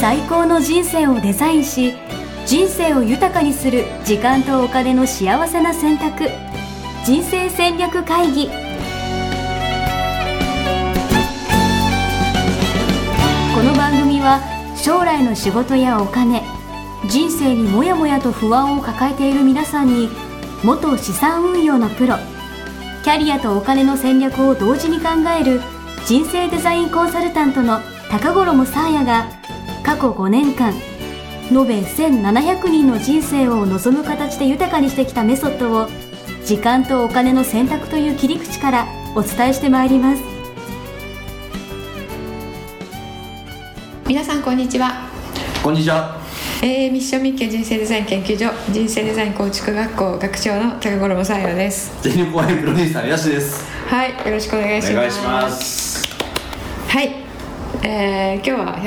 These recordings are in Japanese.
最高の人生をデザインし、人生を豊かにする時間とお金の幸せな選択、人生戦略会議。この番組は将来の仕事やお金、人生にもやもやと不安を抱えている皆さんに、元資産運用のプロ、キャリアとお金の戦略を同時に考える人生デザインコンサルタントの高頃もさあやが、過去5年間延べ1700人の人生を望む形で豊かにしてきたメソッドを、時間とお金の選択という切り口からお伝えしてまいります。 皆さんこんにちは。 こんにちは。 ミッションミッケ人生デザイン研究所人生デザイン構築学校学長の高頃もさあやです。 全力応援プロデューサーのやしです。 はい、よろしくお願いします。 お願いします。 はい、今日は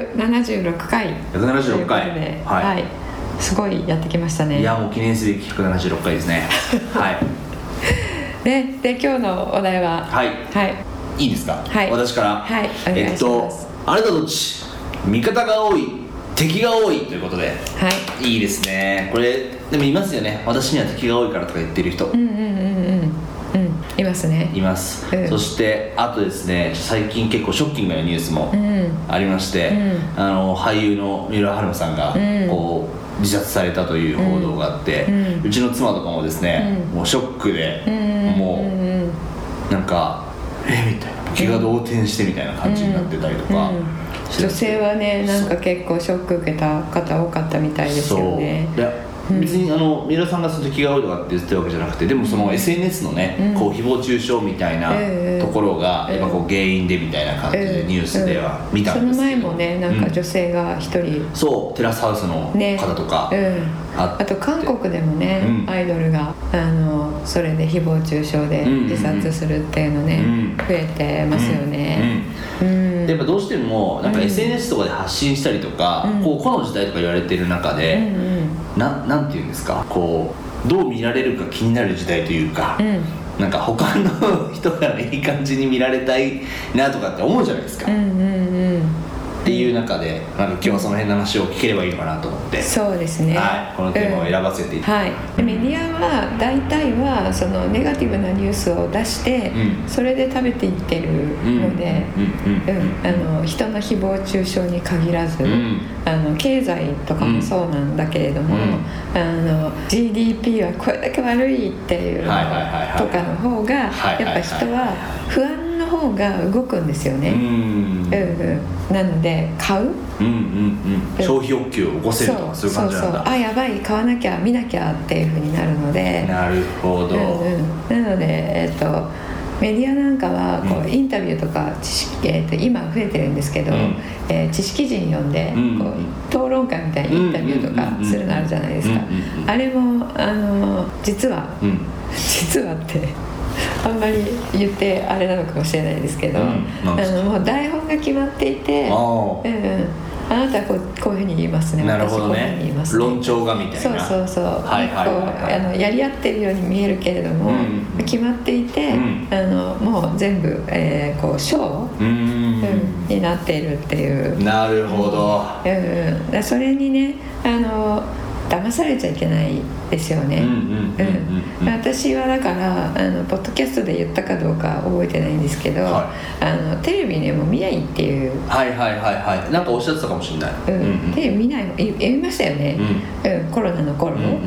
176回、 176回はい、すごいやってきましたね。 いやもう記念すべき176回ですね。はいで今日のお題は、 いいですか、私から、 お願いします。 あなたどっち、味方が多い敵が多いということで、いいですね。これでもいますよね、私には敵が多いからとか言ってる人。 いますね。 います、そしてあとですね、最近結構ショッキングなニュースもありまして、俳優の三浦春馬さんがこう自殺されたという報道があって、うちの妻とかもですね、もうショックで、もうなんかみたいな、気が動転してみたいな感じになってたりとか、 女性はね、なんか結構ショック受けた方多かったみたいですよね。 別に三浦さんがその気が多いとかって言ってるわけじゃなくて、でもその SNS のね、こう誹謗中傷みたいなところがやっぱこう原因でみたいな感じでニュースでは見たんですけど、 その前もね、なんか女性が一人、 そうテラスハウスの方とか、 あと韓国でもね、アイドルがそれで誹謗中傷で自殺するっていうのね、増えてますよね。 やっぱどうしてもなんか SNS とかで発信したりとか、こう個の時代とか言われてる中で、なんていうんですか、こうどう見られるか気になる時代というか、なんか他の人からいい感じに見られたいなとかって思うじゃないですか。っていう中で、なんか今日はその辺の話を聞ければいいのかなと思って、 そうですね、 このテーマを選ばせていただいて、 メディアは大体はそのネガティブなニュースを出して、それで食べていってるので、人の誹謗中傷に限らず、経済とかもそうなんだけれども、GDP はこれだけ悪いっていうのとかの方が、やっぱ人は不安の方が動くんですよね。なので買う、 消費欲求を起こせるとか、そういう感じなんだ。 やばい、買わなきゃ見なきゃっていう風になるので。 なるほど。 なので、メディアなんかはこうインタビューとか知識、今増えてるんですけど、知識人呼んでこう討論会みたいにインタビューとかするのあるじゃないですか。あれも実はってあんまり言ってあれなのかもしれないですけど、もう台本が決まっていて、あなたはこういうふうに言いますね、 なるほどね、 私こういうふうに言いますね、 論調がみたいな、 そうやり合ってるように見えるけれども、決まっていて、もう全部、こうショー、になっているっていう。 なるほど、 それにね、騙されちゃいけないですよね。私はだからポッドキャストで言ったかどうか覚えてないんですけど、テレビね、もう見ないっていう、 なんかおっしゃってたかもしれない。 テレビ見ない、言いましたよね、コロナの頃も、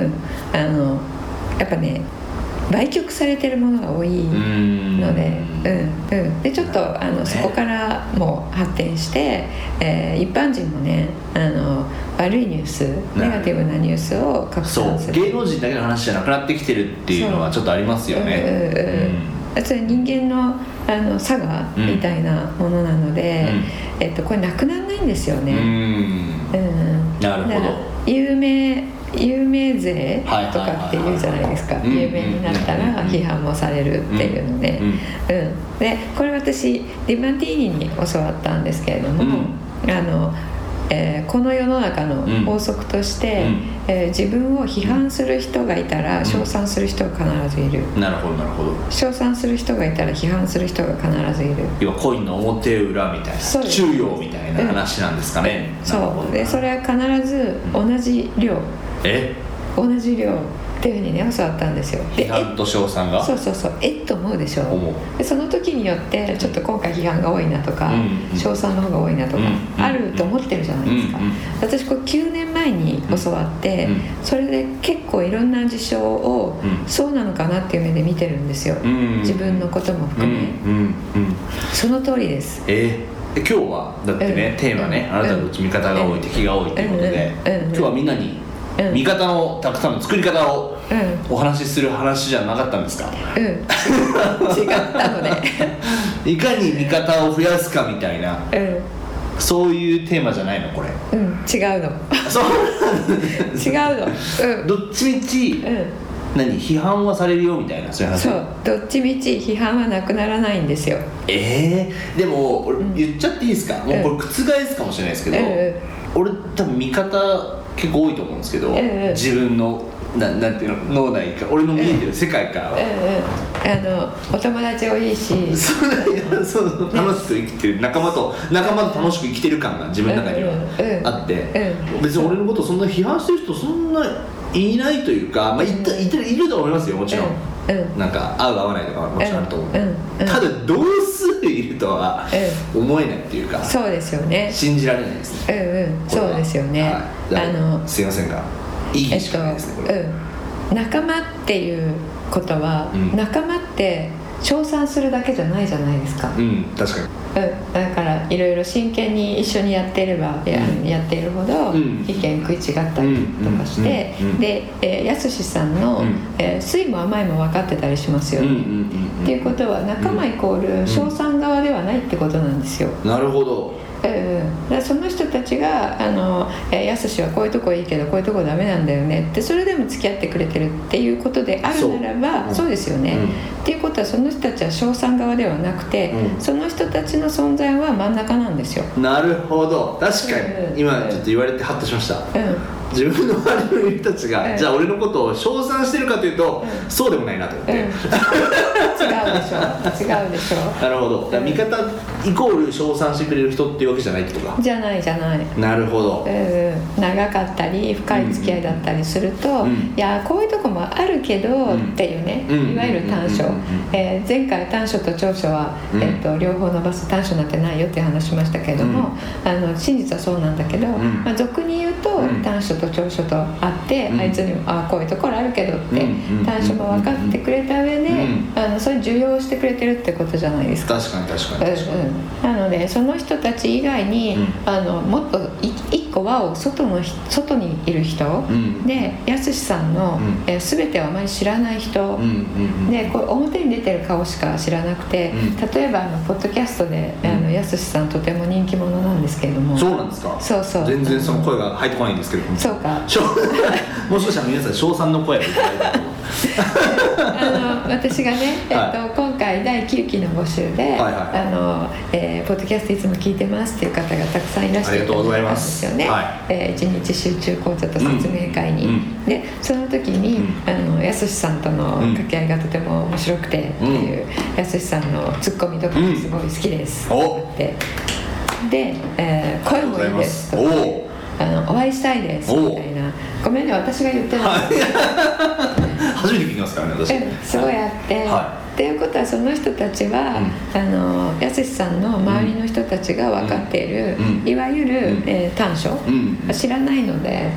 やっぱね、売却されてるものが多いので、でちょっとそこからもう発展して、一般人もね、悪いニュース、ネガティブなニュースを拡散する。 芸能人だけの話じゃなくなってきてるっていうのはちょっとありますよね。 それ人間の差がみたいなものなので、これなくならないんですよね。 なるほど。 有名税とかって言うじゃないですか。有名になったら批判もされるっていうので、でこれ私ディマンティーニに教わったんですけれども、 この世の中の法則として、自分を批判する人がいたら称賛する人が必ずいる。 なるほどなるほど。 称賛する人がいたら批判する人が必ずいる。 要はコインの表裏みたいな、中庸みたいな話なんですかね。 そうで、それは必ず同じ量、同じ量っていうふうにね教わったんですよ。 批判と称賛がそうと思うでしょ。でその時によってちょっと今回批判が多いなとか、称賛の方が多いなとか、あると思ってるじゃないですか。私こう9年前に教わって、それで結構いろんな事象を、そうなのかなっていう目で見てるんですよ。自分のことも含め、その通りです。 今日はだってね、テーマね、あなたのうち味方が多い、敵が多いということで、今日はみんなに味方のたくさんの作り方をお話しする話じゃなかったんですか？ 違ったのでいかに味方を増やすかみたいな、そういうテーマじゃないのこれ？ 違うのそう違うの、 どっちみち、批判はされるよみたいな、そういう話。 そうどっちみち批判はなくならないんですよ。 でも俺言っちゃっていいですか？もうこれ覆すかもしれないですけど、俺多分味方結構多いと思うんですけど、自分のなんていうの、脳内か俺の見えてる世界からは、 お友達多いし、 そう楽しく生きてる仲間と楽しく生きてる感が自分の中にはあって、別に俺のことをそんな批判してる人そんないないというか、いると思いますよ、もちろん。なんか合う合わないとかもちろんあると思う、ただ同数いるとは思えないっていうか、 そうですよね、 信じられないですね。 そうですよね。 すいませんが、いいしかないですね、これ。 仲間っていうことは、仲間って称賛するだけじゃないじゃないですか。 確かに。 だからいろいろ真剣に一緒にやっていれば、やっているほど意見食い違ったりとかして、で、やすしさんの、酸いも甘いも分かってたりしますよね。っていうことは仲間イコール称賛側ではないってことなんですよ。 なるほど。 だその人たちがやすしはこういうとこいいけどこういうとこダメなんだよねって、それでも付き合ってくれてるっていうことであるならば、そうですよね、っていうことはその人たちは称賛側ではなくて、その人たちの存在は真ん中なんですよ。 なるほど、確かに、今ちょっと言われてハッとしました。自分の周りの人たちが、じゃあ俺のことを称賛してるかというと、そうでもないなと思って、違うでしょなるほど。だから味方イコール称賛してくれる人っていうわけじゃないってことか。 じゃないなるほど。 長かったり深い付き合いだったりすると、いやこういうとこもあるけど、っていうね、いわゆる短所、前回短所と長所は、両方伸ばす短所なんてないよっていう話しましたけれども、真実はそうなんだけど、俗に言うと短所と長所とあって、あいつにもこういうところあるけどって短所も分かってくれた上で、それ受容してくれてるってことじゃないですか。 確かになのでその人たち以外に、もっと一個輪を外にいる人、でやすしさんの、全てをあまり知らない人、でこう表に出てる顔しか知らなくて、例えばポッドキャストでやすしさんとても人気者なんですけれども。 そうなんですか？ そう全然その声が入ってこないんですけど。 そうかもしかしたら皆さん称賛の声をいただいたと私がね、今回第9期の募集で、ポッドキャストいつも聞いてますっていう方がたくさんいらっしゃるんですよね。一日集中講座と説明会に、でその時にやすしさんとの掛け合いがとても面白くてっていう、やすしさんのツッコミとかすごい好きですで、声もいいですとか、お会いしたいですみたいな。ごめんね、私が言ってない初めて聞きますからね、私。 すごいあって、っていうことはその人たちは、やすしさんの周りの人たちが分かっている、いわゆる、短所、知らないので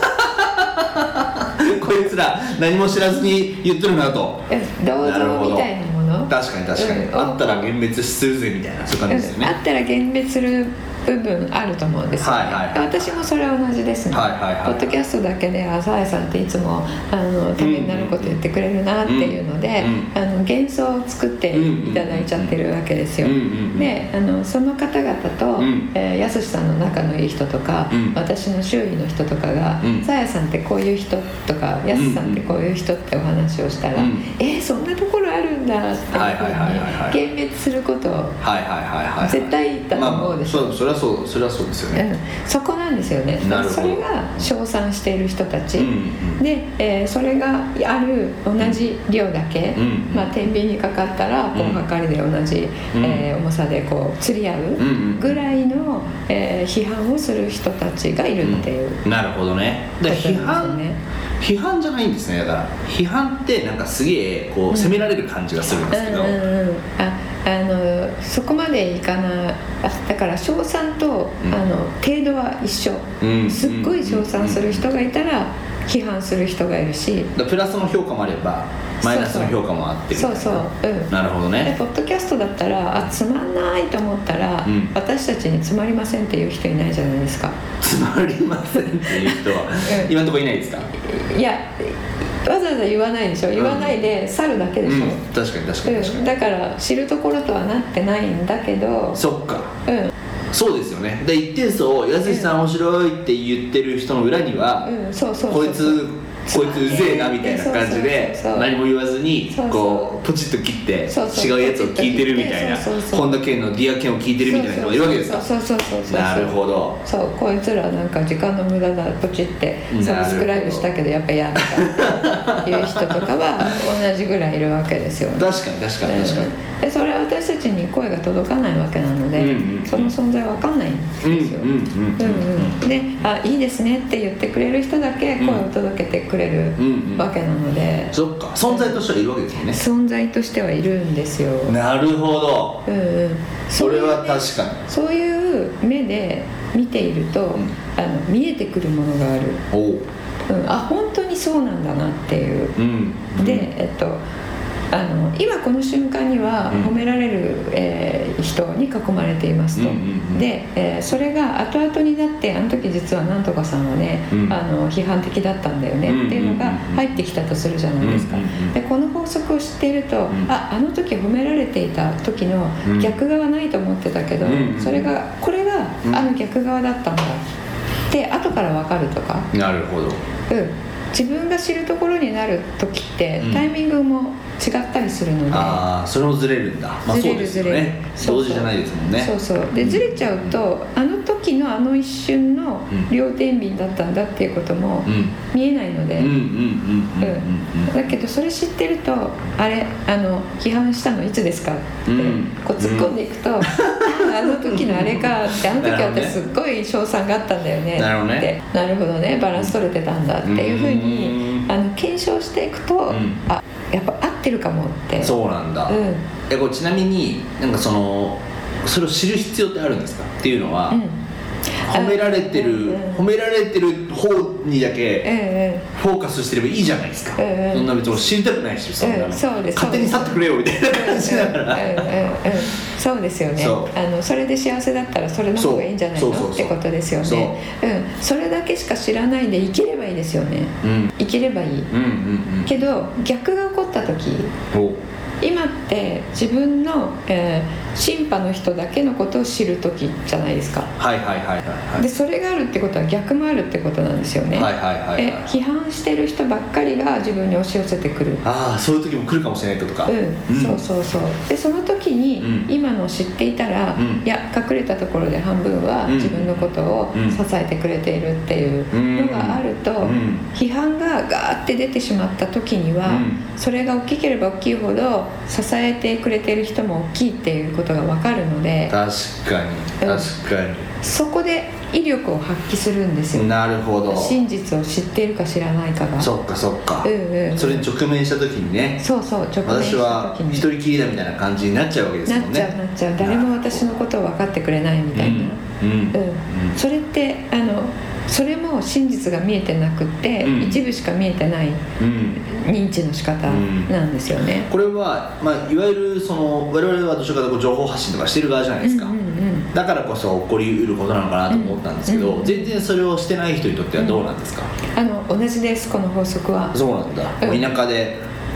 こいつら何も知らずに言ってるなと、 銅像みたいなもの、 確かにあったら幻滅するぜみたいな、そういう感じですよね。 あったら幻滅する部分あると思うんですよね。私もそれは同じですね。ポッドキャストだけでさあやさんっていつもためになること言ってくれるなっていうので、幻想を作っていただいちゃってるわけですよ。でその方々と、やすしさんの仲のいい人とか、私の周囲の人とかが、さあやさんってこういう人とか、やすさんってこういう人ってお話をしたら、そんなところあるんんだっていうふうに幻滅することを絶対だと思うでしょ。 それはそうですよね、 そこなんですよね。それが称賛している人たち、で、それがある同じ量だけ、天秤にかかったらこう測りで同じ、重さでこう釣り合うぐらいの、批判をする人たちがいるっていう、 なるほどね。で批判じゃないんですね。だから批判ってなんかすげえこう責められる感じがするんですけど、 そこまでいかない。だから称賛と、程度は一緒、すっごい称賛する人がいたら批判する人がいるし、 プラスの評価もあればマイナスの評価もあってみたいな。 そう、 なるほどね。 でポッドキャストだったらつまんないと思ったら、私たちにつまりませんっていう人いないじゃないですか。 つまりませんっていう人は、今のところいないですか？ いや、わざわざ言わないでしょ。言わないで去るだけでしょ、 確かに、 だから知るところとはなってないんだけど、 そっか、そうですよね。で一定層やすしさん面白いって言ってる人の裏には、こいつうぜえなみたいな感じで何も言わずにこうポチッと切って違うやつを聞いてるみたいな、本田健のディア健を聞いてるみたいな人がいるわけですか。なるほど。 そうこいつらなんか時間の無駄だ、ポチってサブスクライブしたけどやっぱ嫌だっていう人とかは同じぐらいいるわけですよね。 確かにでそれは私たちに声が届かないわけなので、その存在は分かんないんですよ。で、いいですねって言ってくれる人だけ声を届けてくれるわけなので、 そっか、存在としてはいるわけですよね。 存在としてはいるんですよ。 なるほど、それは確かにそういう目で見ていると、見えてくるものがある。本当にそうなんだなっていう、で、今この瞬間には褒められる、人に囲まれていますと、で、それが後々になってあの時実はなんとかさんはね、批判的だったんだよねっていうのが入ってきたとするじゃないですか。でこの法則を知っていると、あの時褒められていた時の逆側ないと思ってたけど、これがあの逆側だったんだって後から分かるとか。 なるほど。 自分が知るところになる時ってタイミングも違ったりするので、 それもずれるんだ。そうですよね。同時じゃないですもんね。 でずれちゃうと、あの時のあの一瞬の両天秤だったんだっていうことも見えないので、だけどそれ知ってると、批判したのいつですかってこう突っ込んでいくと、あの時のあれかって、あの時私すっごい称賛があったんだよねって、なるほどね、バランス取れてたんだっていうふうに検証していくと、やっぱ合ってるかもって。そうなんだ。 これちなみになんかそれを知る必要ってあるんですかっていうのは、褒められてる方にだけフォーカスしてればいいじゃないですか。そんな別に知りたくないし、そんな勝手に去ってくれよみたいな感じだから。 そうですよね。それで幸せだったらそれの方がいいんじゃないのってことですよね。それだけしか知らないで生きればいいですよね。生きればいい。けど逆が起こった時、今って自分の、審判の人だけのことを知るときじゃないですか。でそれがあるってことは逆もあるってことなんですよね。批判してる人ばっかりが自分に押し寄せてくる。 そういう時も来るかもしれないとか。 そうでその時に、今のを知っていたら、いや隠れたところで半分は自分のことを支えてくれているっていうのがあると、批判がガーって出てしまった時には、それが大きければ大きいほど支えてくれている人も大きいっていうことが分かるので、 確かにそこで威力を発揮するんですよ。 なるほど。 真実を知っているか知らないかが。 そっかそれに直面した時にね、 直面した時に私は一人きりだみたいな感じになっちゃうわけですもんね。 なっちゃう誰も私のことを分かってくれないみたいな。それってそれも真実が見えてなくて、一部しか見えてない認知の仕方なんですよね。 これは、いわゆる我々はどちらかというと情報発信とかしてる側じゃないですか。だからこそ起こりうることなのかなと思ったんですけど、全然それをしてない人にとってはどうなんですか？ 同じです、この法則は。 そうなんだ。田舎で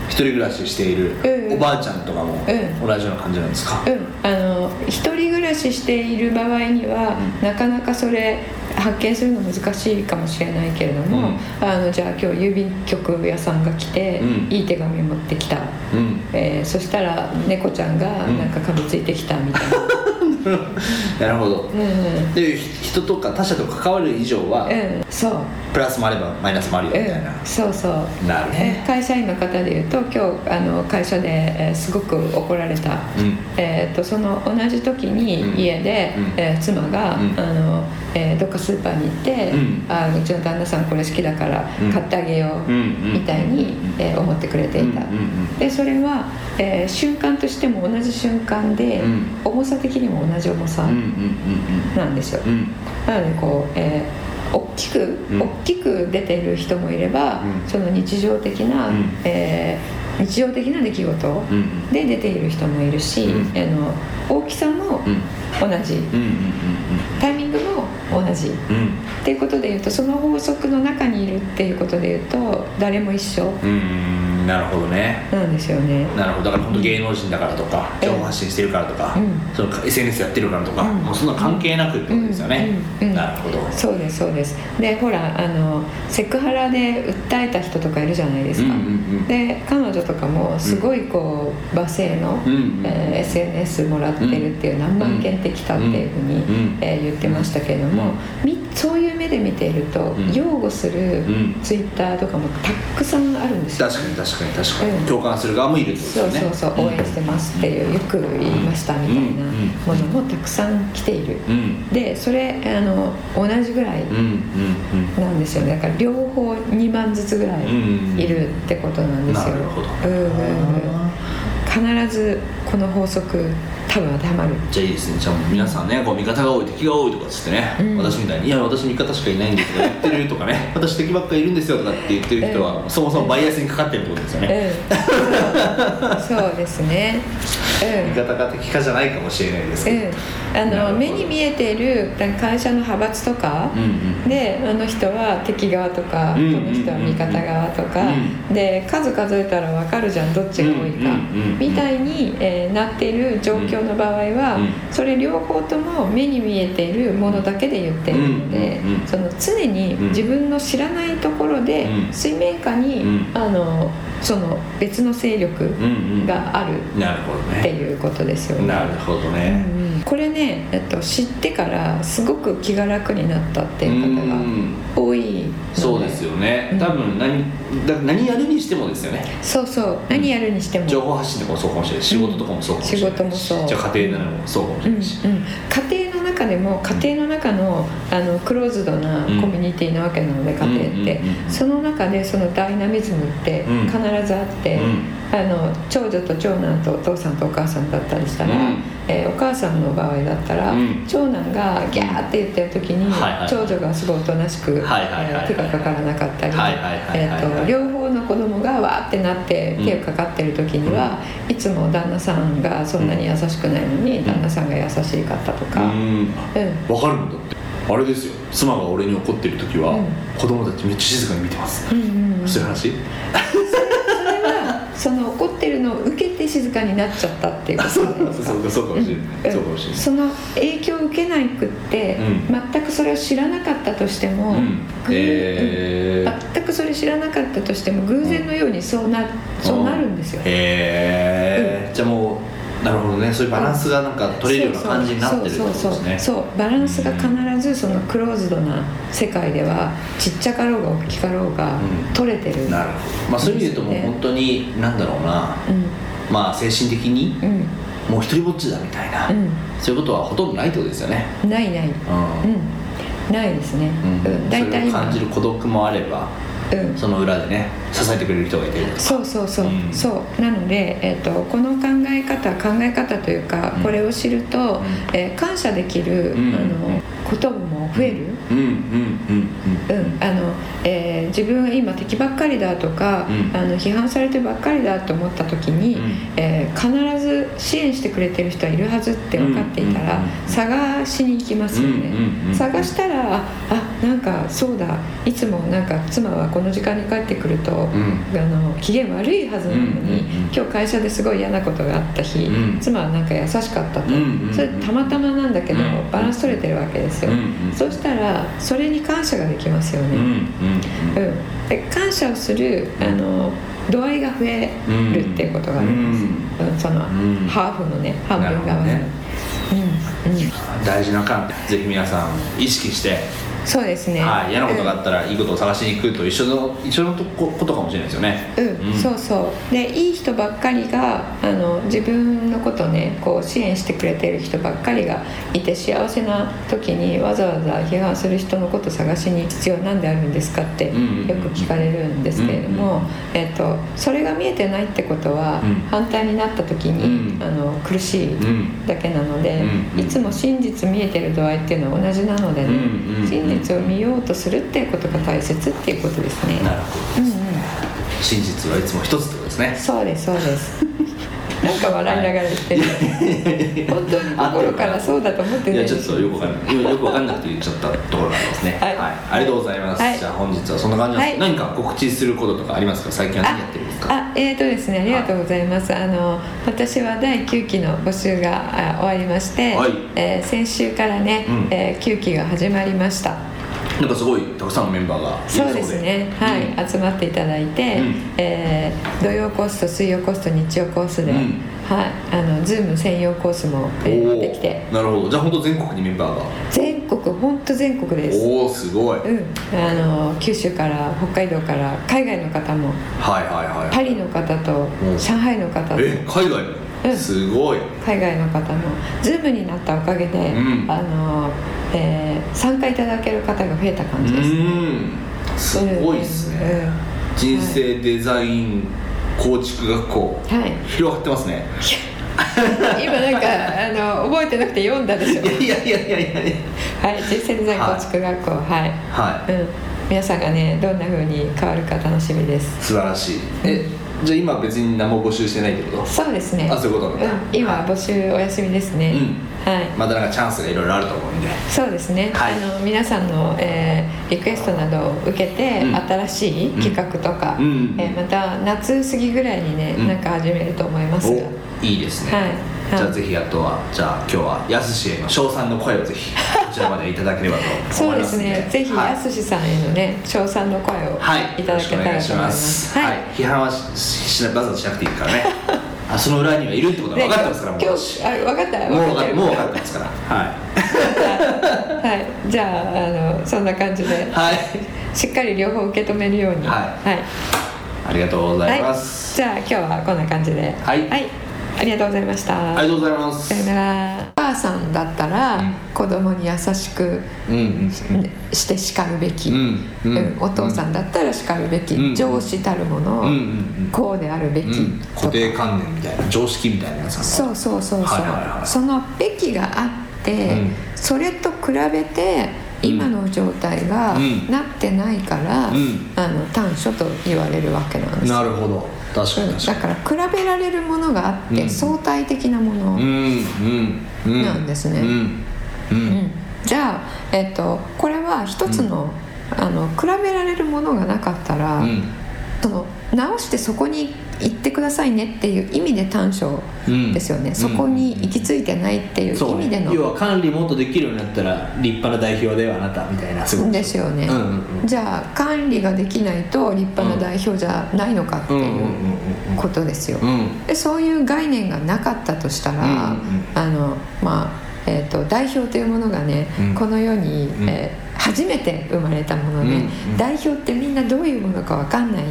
一人暮らししているおばあちゃんとかも同じような感じなんですか？ 一人暮らししている場合には、なかなかそれ発見するの難しいかもしれないけれども、じゃあ今日郵便局屋さんが来て、いい手紙持ってきた、そしたら猫ちゃんがなんか噛みついてきたみたいななるほど、で人とか他者と関わる以上は、 そうプラスもあればマイナスもあるよみたいな、 そうそうなるね。 会社員の方でいうと今日会社ですごく怒られた、その同じ時に家で、妻が、どっかスーパーに行って、うちの旦那さんこれ好きだから買ってあげよう、みたいに、思ってくれていた、でそれは、瞬間としても同じ瞬間で、重さ的にも同じ重さなんですよ、なのでこう、大きく出ている人もいれば、その日常的な、日常的な出来事で出ている人もいるし、大きさも同じ、タイミングも同じ、っていうことでいうと、その法則の中にいるっていうことでいうと誰も一緒、 なるほどね。 なんですよね。 なるほど。だから本当芸能人だからとか、情報発信してるからとか、その SNS やってるからとか、もうそんな関係なくってことですよね。なるほど。 そうですそうです。でほらセクハラで訴えた人とかいるじゃないですか、で彼女とかもすごいこう罵声の、SNS もらってるっていう、何万件ってきたっていうふうに、言ってましたけれども、そういう目で見ていると、擁護するツイッターとかもたくさんあるんですよ。 確かに共感する側もいるってことですね。 そう応援してますっていう、よく言いましたみたいなものもたくさん来ている、でそれ同じぐらいなんですよね。だから両方2万ずつぐらいいるってことなんですよ。 なるほど。 必ずこの法則多分当てはまる。 じゃあいいですね。じゃあもう皆さんね、こう味方が多い敵が多いとかつってね、私みたいにいや私味方しかいないんですとか言ってるとかね私敵ばっかりいるんですよとかって言ってる人は、そもそもバイアスにかかってるってことですよね、 そうですね、 味方か敵かじゃないかもしれないですけど、 目に見えている会社の派閥とか、であの人は敵側とか、この人は味方側とか、で数数えたら分かるじゃんどっちが多いか、みたいに、なっている状況の場合は、それ両方とも目に見えているものだけで言っているので、その常に自分の知らないところで、水面下に、その別の勢力があるっていうことですよね。 なるほどね。 これね、知ってからすごく気が楽になったっていう方が多いので。 そうですよね。多分何やるにしてもですよね。 そう何やるにしても、 情報発信とかもそうかもしれない、仕事とかもそうかもしれない、 仕事もそう、 じゃあ家庭なのもそうかもしれないし、 家庭の中でも家庭の中の、クローズドなコミュニティなわけなので、家庭って、その中でそのダイナミズムって必ずあって、長女と長男とお父さんとお母さんだったりしたら、お母さんの場合だったら、長男がギャーって言ってる時に、長女がすごいおとなしく、手がかからなかったり、両方の子供がわーってなって手がかかってる時には、いつも旦那さんがそんなに優しくないのに、旦那さんが優しかったとか、 分かるんだって。あれですよ、妻が俺に怒ってる時は、子供たちめっちゃ静かに見てます、そういう話その怒ってるのを受けて静かになっちゃったっていうことじゃないですか。 そうかもしれない、 その影響を受けなくって、全くそれを知らなかったとしても、全くそれ知らなかったとしても偶然のようにそうなるんですよ。 じゃあもうなるほどね、そういうバランスがなんか取れるような感じになってるってことですね。 そうバランスが必ずそのクローズドな世界ではちっちゃかろうが大きかろうが取れてる、 なるほど。そういう意味で言うともう本当になんだろうな、精神的にもう一人ぼっちだみたいな、そういうことはほとんどないってことですよね。 ないないですね。 それを感じる孤独もあれば、その裏でね支えてくれる人がいてるとか、 そうなので、この考え方というか、これを知ると、感謝できることも増える。自分が今敵ばっかりだとか、批判されてばっかりだと思った時に、必ず支援してくれてる人はいるはずって分かっていたら、探しに行きますよね。探したらなんかそうだ、いつもなんか妻はこの時間に帰ってくると、機嫌悪いはずなのに、今日会社ですごい嫌なことがあった日、妻はなんか優しかったと、それたまたまなんだけど、バランス取れてるわけですよ。そうしたらそれに感謝ができますよね。で感謝をする度合いが増えるっていうことがあります、そのハーフのね、半分側の、 大事な観点、ぜひ皆さん意識して、 そうですね、 嫌なことがあったらいいことを探しに行くと一緒のことかもしれないですよね。 そうそうで、いい人ばっかりが自分のことねこう支援してくれている人ばっかりがいて、幸せな時にわざわざ批判する人のことを探しに必要なんであるんですかってよく聞かれるんですけれども、それが見えてないってことは、反対になった時に苦しいだけなので、いつも真実見えてる度合いっていうのは同じなのでね、真実を見ようとするっていうことが大切っていうことですね。 なるほど、真実はいつも一つってことですね。 そうですそうですなんか笑いながら言ってる本当に心からそうだと思ってない。 いやちょっとよく分かんなくて言っちゃったところがありますね。ありがとうございます。じゃあ本日はそんな感じです。何か告知することとかありますか？最近は何やってるんですか？ ですね、ありがとうございます。私は第9期の募集が終わりまして、先週からね、9期が始まりました。 なんかすごいたくさんのメンバーがいるそうで。 そうですね、集まっていただいて、土曜コースと水曜コースと日曜コースで、Zoom 専用コースもできて。 なるほど、じゃあ本当全国にメンバーが。 本当全国です。 おお、すごい。 九州から北海道から海外の方も、パリの方と上海の方と、 海外もすごい。 海外の方も Zoom になったおかげで、参加いただける方が増えた感じですね。 すごいですね。人生デザイン構築学校、広がってますね。 今なんか覚えてなくて読んだでしょ。 いや人生デザイン構築学校、皆さんがねどんな風に変わるか楽しみです。 素晴らしい。じゃあ今別に何も募集してないってこと？ そうですね。 そういうことね。 今募集お休みですね。 またなんかチャンスがいろいろあると思うんで。 そうですね。皆さんのリクエストなどを受けて、新しい企画とか、また夏過ぎぐらいにね、なんか始めると思いますが。 いいですね。じゃあぜひ、あとはじゃあ今日はやすしへの称賛の声をぜひこちらまでいただければと思いますので。 そうですね、ぜひやすしさんへのね称賛の声をいただけたらと思います。 批判はわざわざしなくていいからね。その裏にはいるってことが分かってますから。もう今日分かった。 もう分かってますからじゃあそんな感じで、しっかり両方受け止めるように。ありがとうございます。 じゃあ今日はこんな感じで。ありがとうございました。 ありがとうございます。 さよなら。お母さんだったら、子供に優しくして叱るべき、お父さんだったら叱るべき、上司たるものをこうであるべき、 固定観念みたいな、常識みたいなやつ。 そうそのべきがあって、それと比べて今の状態がなってないから、短所と言われるわけなんです。 なるほど、確かにだから比べられるものがあって、相対的なものなんですね。じゃあ、これは一つの、比べられるものがなかったら、直してそこに行ってくださいねっていう意味で短所ですよね。そこに行き着いてないっていう意味での、 要は管理もっとできるようになったら立派な代表ではあなたみたいな。 ですよね。じゃあ管理ができないと立派な代表じゃないのかっていうことですよ。でそういう概念がなかったとしたら、代表というものがね、この世に、初めて生まれたもので、代表ってみんなどういうものか分かんない、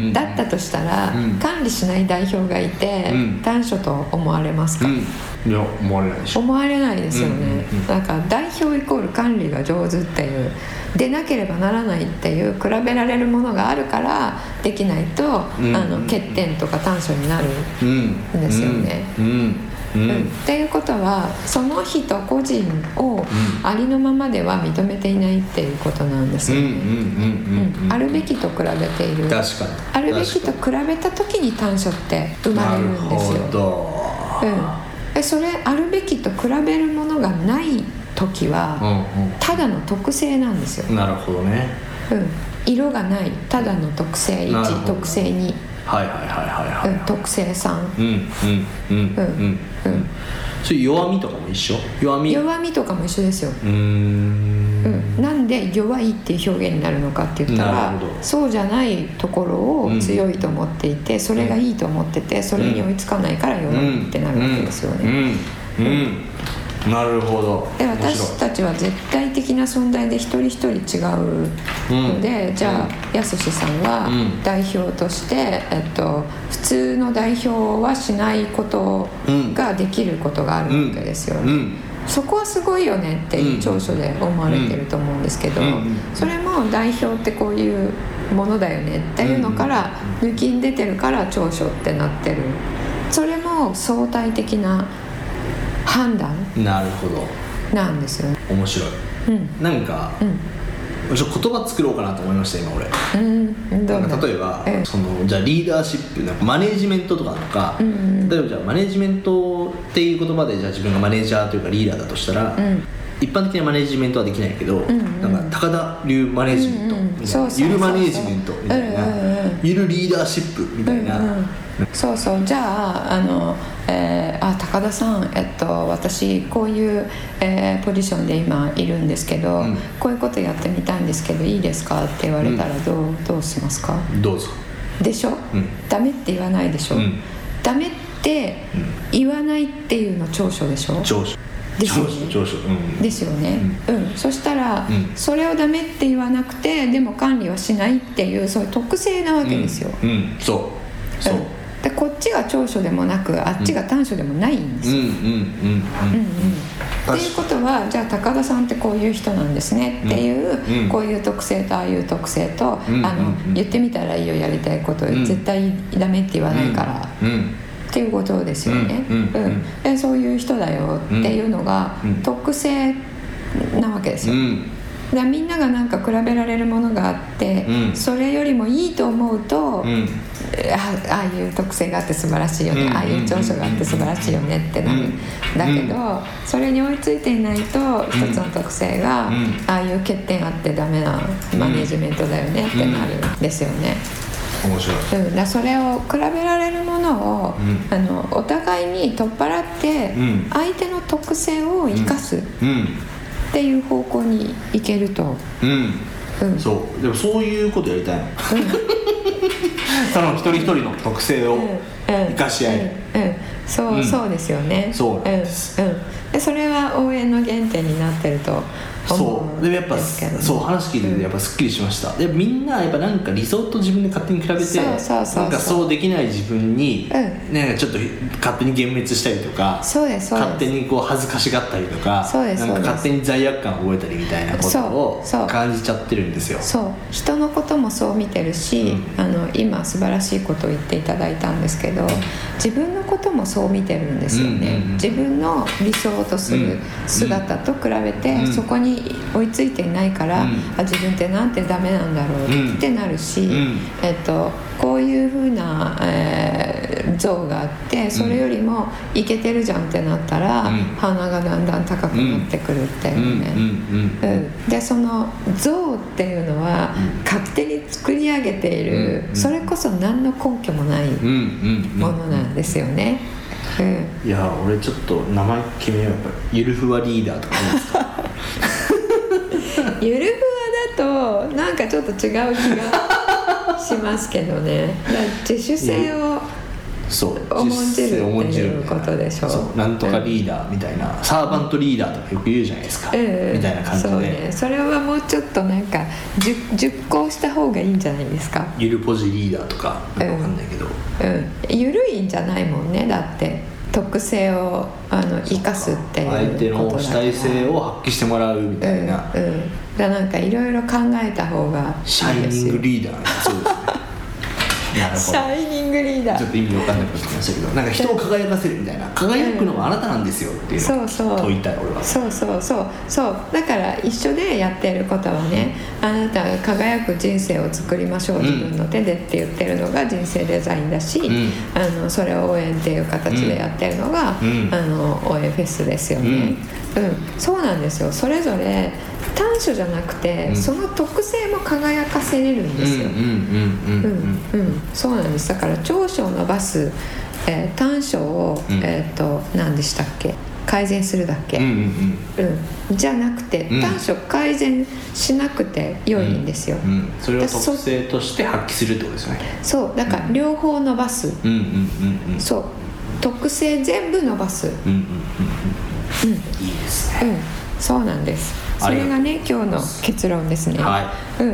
だったとしたら、管理しない代表がいて、短所と思われますか？ いや、思われないでしょ。 思われないですよね。だから代表イコール管理が上手っていう、でなければならないっていう比べられるものがあるからできないと、欠点とか短所になるんですよね。っていうことは、その人個人をありのままでは認めていないっていうことなんですよね。あるべきと比べている。 確かに。 あるべきと比べた時に短所って生まれるんですよ。それあるべきと比べるものがない時は、ただの特性なんですよ。 なるほどね。 色がないただの特性1、特性2、特性3、 それ弱みとかも一緒？ 弱みとかも一緒ですよ。なんで弱いっていう表現になるのかって言ったら、そうじゃないところを強いと思っていて、それがいいと思ってて、それに追いつかないから弱いってなるわけですよね。 なるほど。 で、私たちは絶対的な存在で一人一人違うので、じゃあやすしさんは代表として、普通の代表はしないことができることがあるわけですよね。そこはすごいよねっていう長所で思われてると思うんですけど、それも代表ってこういうものだよねっていうのから抜きん出てるから長所ってなってる。それも相対的な判断なんですよね。 面白い。なんか、ちょっと言葉作ろうかなと思いました今俺。例えば、じゃあリーダーシップ、なんかマネージメントとかなんか、例えばじゃあマネージメントっていう言葉でじゃあ自分がマネージャーというかリーダーだとしたら、一般的なマネージメントはできないけど、なんか高田流マネージメントみたいな、ゆるマネージメントみたいな、ゆるリーダーシップみたいな。 そうそう。じゃあ、高田さん、私こういう、ポジションで今いるんですけど、こういうことやってみたいんですけどいいですかって言われたらどうしますか？ どうぞでしょ、ダメって言わないでしょ、ダメって言わないっていうの長所でしょ。長所ですよね。ですよね。そしたら、それをダメって言わなくてでも管理はしないっていうそういう特性なわけですよ。そうで、こっちが長所でもなくあっちが短所でもないんですよ。っていうことは、じゃあ高田さんってこういう人なんですねっていう、こういう特性とああいう特性と、言ってみたらいいよ、やりたいこと、絶対ダメって言わないから、っていうことですよね。で、そういう人だよっていうのが特性なわけですよ。だみんながなんか比べられるものがあって、それよりもいいと思うと、ああいう特性があって素晴らしいよね、ああいう長所があって素晴らしいよねってなる。だけど、それに追いついていないと一つの特性が、ああいう欠点あってダメなマネージメントだよねってなるんですよね。 面白い。 だそれを比べられるものを、お互いに取っ払って、相手の特性を生かすっていう方向に行けると、 そうでもそういうことやりたいの。その一人一人の特性を生かし合える。 そうですよね。 そうなんです。 でそれは応援の原点になってると思うんですけど、ね、 そうでもやっぱそう話聞いててやっぱすっきりしました。でみんなやっぱなんか理想と自分で勝手に比べてなんかそうできない自分に、なんかちょっと勝手に幻滅したりとか、勝手にこう恥ずかしがったりとか、なんか勝手に罪悪感を覚えたりみたいなことを感じちゃってるんですよ。 そう人のこともそう見てるし、今素晴らしいことを言っていただいたんですけど、自分のこともそう見てるんですよね。自分の理想とする姿と比べて、そこに追いついていないから、自分ってなんてダメなんだろうってなるし、こういう風な、像があってそれよりもイケてるじゃんってなったら、鼻がだんだん高くなってくるっていうね。でその像っていうのは、勝手に作り上げている、それこそ何の根拠もないものなんですよね。 いや俺ちょっと名前決めよう。やっぱりゆるふわリーダーとかいいですか？ ゆるふわだとなんかちょっと違う気がしますけどね。自主性を重んじるっていうことでしょう。 そうなんとかリーダーみたいな、サーバントリーダーとかよく言うじゃないですか、みたいな感じで。 そうね、それはもうちょっとなんか熟考した方がいいんじゃないですか。 ゆるポジリーダーとかなんかわかんないけど、 ゆるいんじゃないもんね。だって特性を生かすっていうことだから、 相手の主体性を発揮してもらうみたいな、 だなんかいろいろ考えた方がいいですよ。 シャイニングリーダー。そうですね。なるほど。 シャイニングリーダー、 ちょっと意味わかんなくなってきましたけど、なんか人を輝かせるみたいな、輝くのはあなたなんですよっていうのを問いたい。俺はそうだから一緒でやってることはね、あなたが輝く人生を作りましょう、自分の手でって言ってるのが人生デザインだし、それを応援っていう形でやってるのが、応援フェスですよね。そうなんですよ。それぞれ短所じゃなくて、その特性も輝かせれるんですよ。そうなんです。だから長所を伸ばす、短所を、何でしたっけ、改善するだけ、じゃなくて短所改善しなくて良いんですよ、 それを特性として発揮するってことですね。 そうだから両方伸ばす、そう特性全部伸ばす、いいですね、 そうなんです。それがね今日の結論ですね。 はい、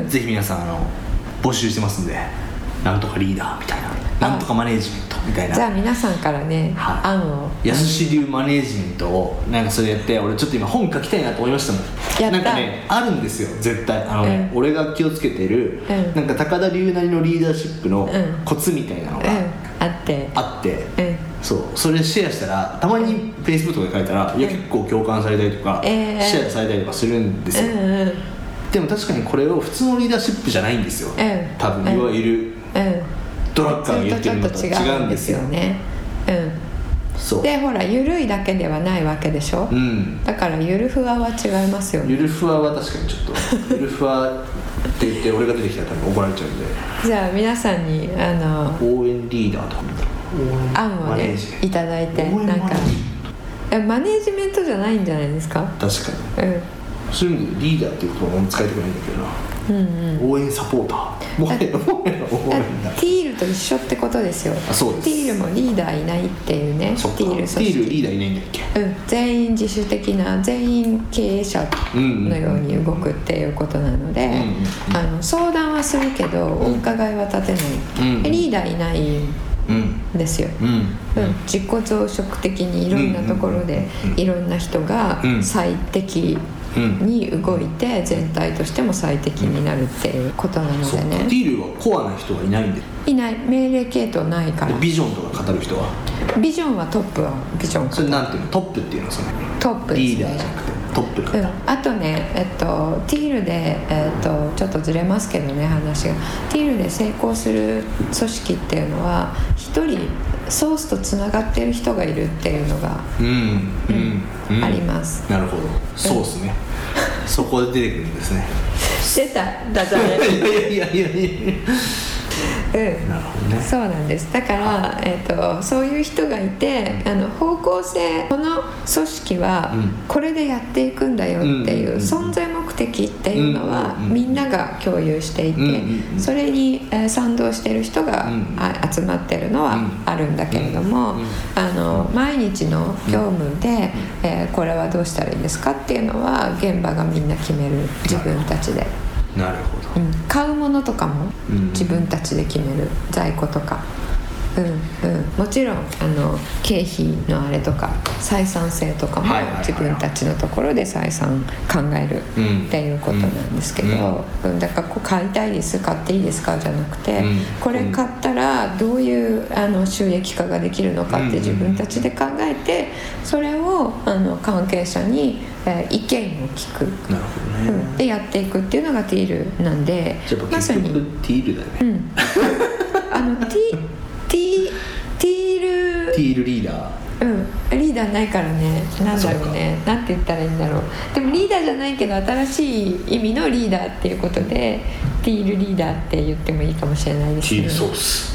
ぜひ皆さん募集してますんで、なんとかリーダーみたいな、なんとかマネージメントみたいな。 じゃあ皆さんからね、案をやすし流マネージメントをなんかそれやって、俺ちょっと今本書きたいなと思いましたもん。なんかねあるんですよ絶対。俺が気をつけてる、なんか高田流なりのリーダーシップのコツみたいなのがあって、 そうそれシェアしたら、たまに Facebook とかで書いたら、いや結構共感されたりとか、シェアされたりとかするんですよ、でも確かにこれを普通のリーダーシップじゃないんですよ、多分いわゆるドラッカーが言ってるのと違うんですよね。そうでほらゆるいだけではないわけでしょ、だからゆるふわは違いますよね。 ゆるふわは確かにちょっとゆるふわって言って俺が出てきたら多分怒られちゃうんで、 じゃあ皆さんに応援リーダーとか案をねいただいて、なんかマネージメントじゃないんじゃないですか。 確かに、そういう意味でリーダーっていう言葉も使いたくないんだけどな、応援サポーターもはやティールと一緒ってことですよ。 そうです。 ティールもリーダーいないっていうね。 ティールリーダーいないんだっけ、 全員自主的な、全員経営者のように動くっていうことなので、相談はするけどお伺いは立てない、リーダーいないですよ、自己増殖的にいろんなところでいろんな人が最適に動いて全体としても最適になるっていうことなのでね。 ティールはコアな人はいないんで。 いない、命令系統ないから。 ビジョンとか語る人は、 ビジョンはトップはビジョン。 それなんていうの、トップっていうのはそのトップですね、 リーダーじゃなくてトップの方、 あとね、ティールで、ちょっとずれますけどね話が、ティールで成功する組織っていうのは一人ソースとつながってる人がいるっていうのが、あります。 なるほど、ソースね、そこで出てくるんですね。 出ただじゃねいやなるほどね。 そうなんです。だから、そういう人がいて、方向性、この組織はこれでやっていくんだよっていう存在目的っていうのはみんなが共有していて、それに賛同している人が集まってるのはあるんだけれども、毎日の業務でこれはどうしたらいいですかっていうのは現場がみんな決める、自分たちで。 なるほど、 買うものとかも自分たちで決める、在庫とか、もちろん経費のあれとか採算性とかも自分たちのところで採算考えるっていうことなんですけど、だから買いたいです、買っていいですかじゃなくて、これ買ったらどういう収益化ができるのかって自分たちで考えて、それを関係者に意見を聞く、 なるほどね、 でやっていくっていうのがティールなんで、 まさにティールだよね、ティールリーダー、リーダーないからね、なんだろうね、なんて言ったらいいんだろう。でもリーダーじゃないけど新しい意味のリーダーっていうことでティールリーダーって言ってもいいかもしれないですね。 ティールソース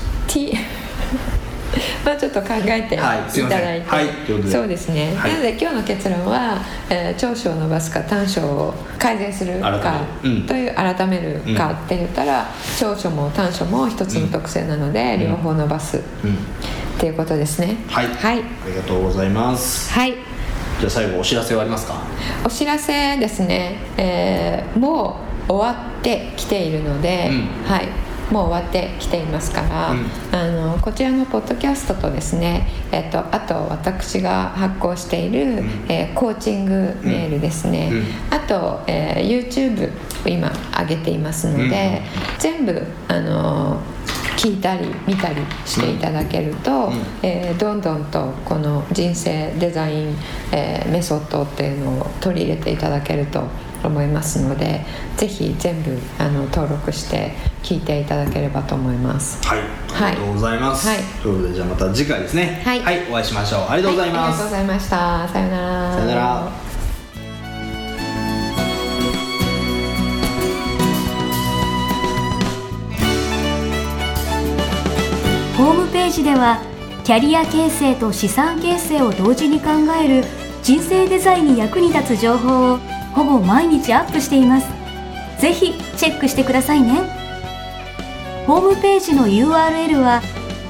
まあちょっと考えていただいて、そうですね、なので今日の結論は、長所を伸ばすか短所を改善するかという、改めるかって言ったら、長所も短所も一つの特性なので、両方伸ばすっていうことですね。 はい、ありがとうございます。 はい、 じゃあ最後お知らせはありますか？ お知らせですね、もう終わってきているので、はい、もう終わってきていますから、こちらのポッドキャストとですね、あと私が発行している、コーチングメールですね、あと、YouTube を今上げていますので、全部聞いたり見たりしていただけると、どんどんとこの人生デザイン、メソッドっていうのを取り入れていただけると思いますので、ぜひ全部登録して聞いていただければと思います。 はい、ありがとうございます、ということで、じゃあまた次回ですね、はい、お会いしましょう。ありがとうございます。 ありがとうございました。さよなら。 さよなら。 ジではキャリア形成と資産形成を同時に考える人生デザインに役に立つ情報をほぼ毎日アップしています。ぜひチェックしてくださいね。ホームページの URL は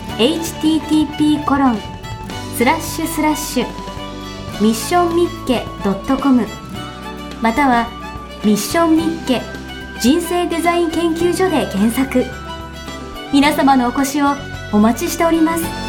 http://missionmicke.com またはミッションミッケ人生デザイン研究所で検索。皆様のお越しをお待ちしております。